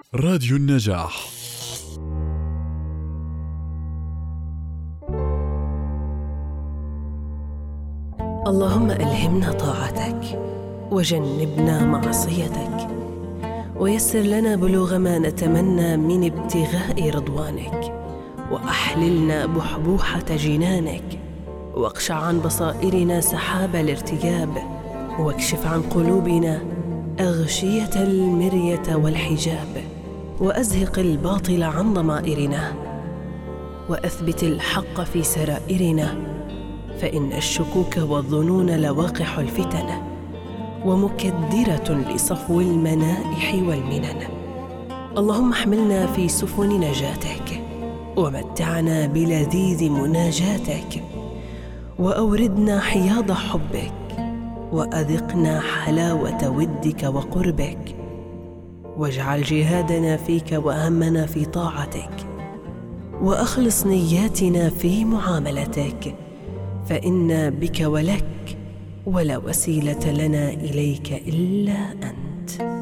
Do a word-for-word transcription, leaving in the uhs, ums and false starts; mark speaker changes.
Speaker 1: راديو النجاح.
Speaker 2: اللهم ألهمنا طاعتك وجنبنا معصيتك، ويسر لنا بلوغ ما نتمنى من ابتغاء رضوانك، وأحللنا بحبوحة جنانك، واقشع عن بصائرنا سحاب الارتياب، واكشف عن قلوبنا أغشية المرية والحجاب، وأزهق الباطل عن ضمائرنا، وأثبت الحق في سرائرنا، فإن الشكوك والظنون لواقح الفتن، ومكدرة لصفو المنائح والمنن. اللهم احملنا في سفن نجاتك، ومتعنا بلذيذ مناجاتك، وأوردنا حياض حبك، وأذقنا حلاوة ودك وقربك، واجعل جهادنا فيك وهمنا في طاعتك، وأخلص نياتنا في معاملتك، فإنا بك ولك، ولا وسيلة لنا إليك إلا أنت.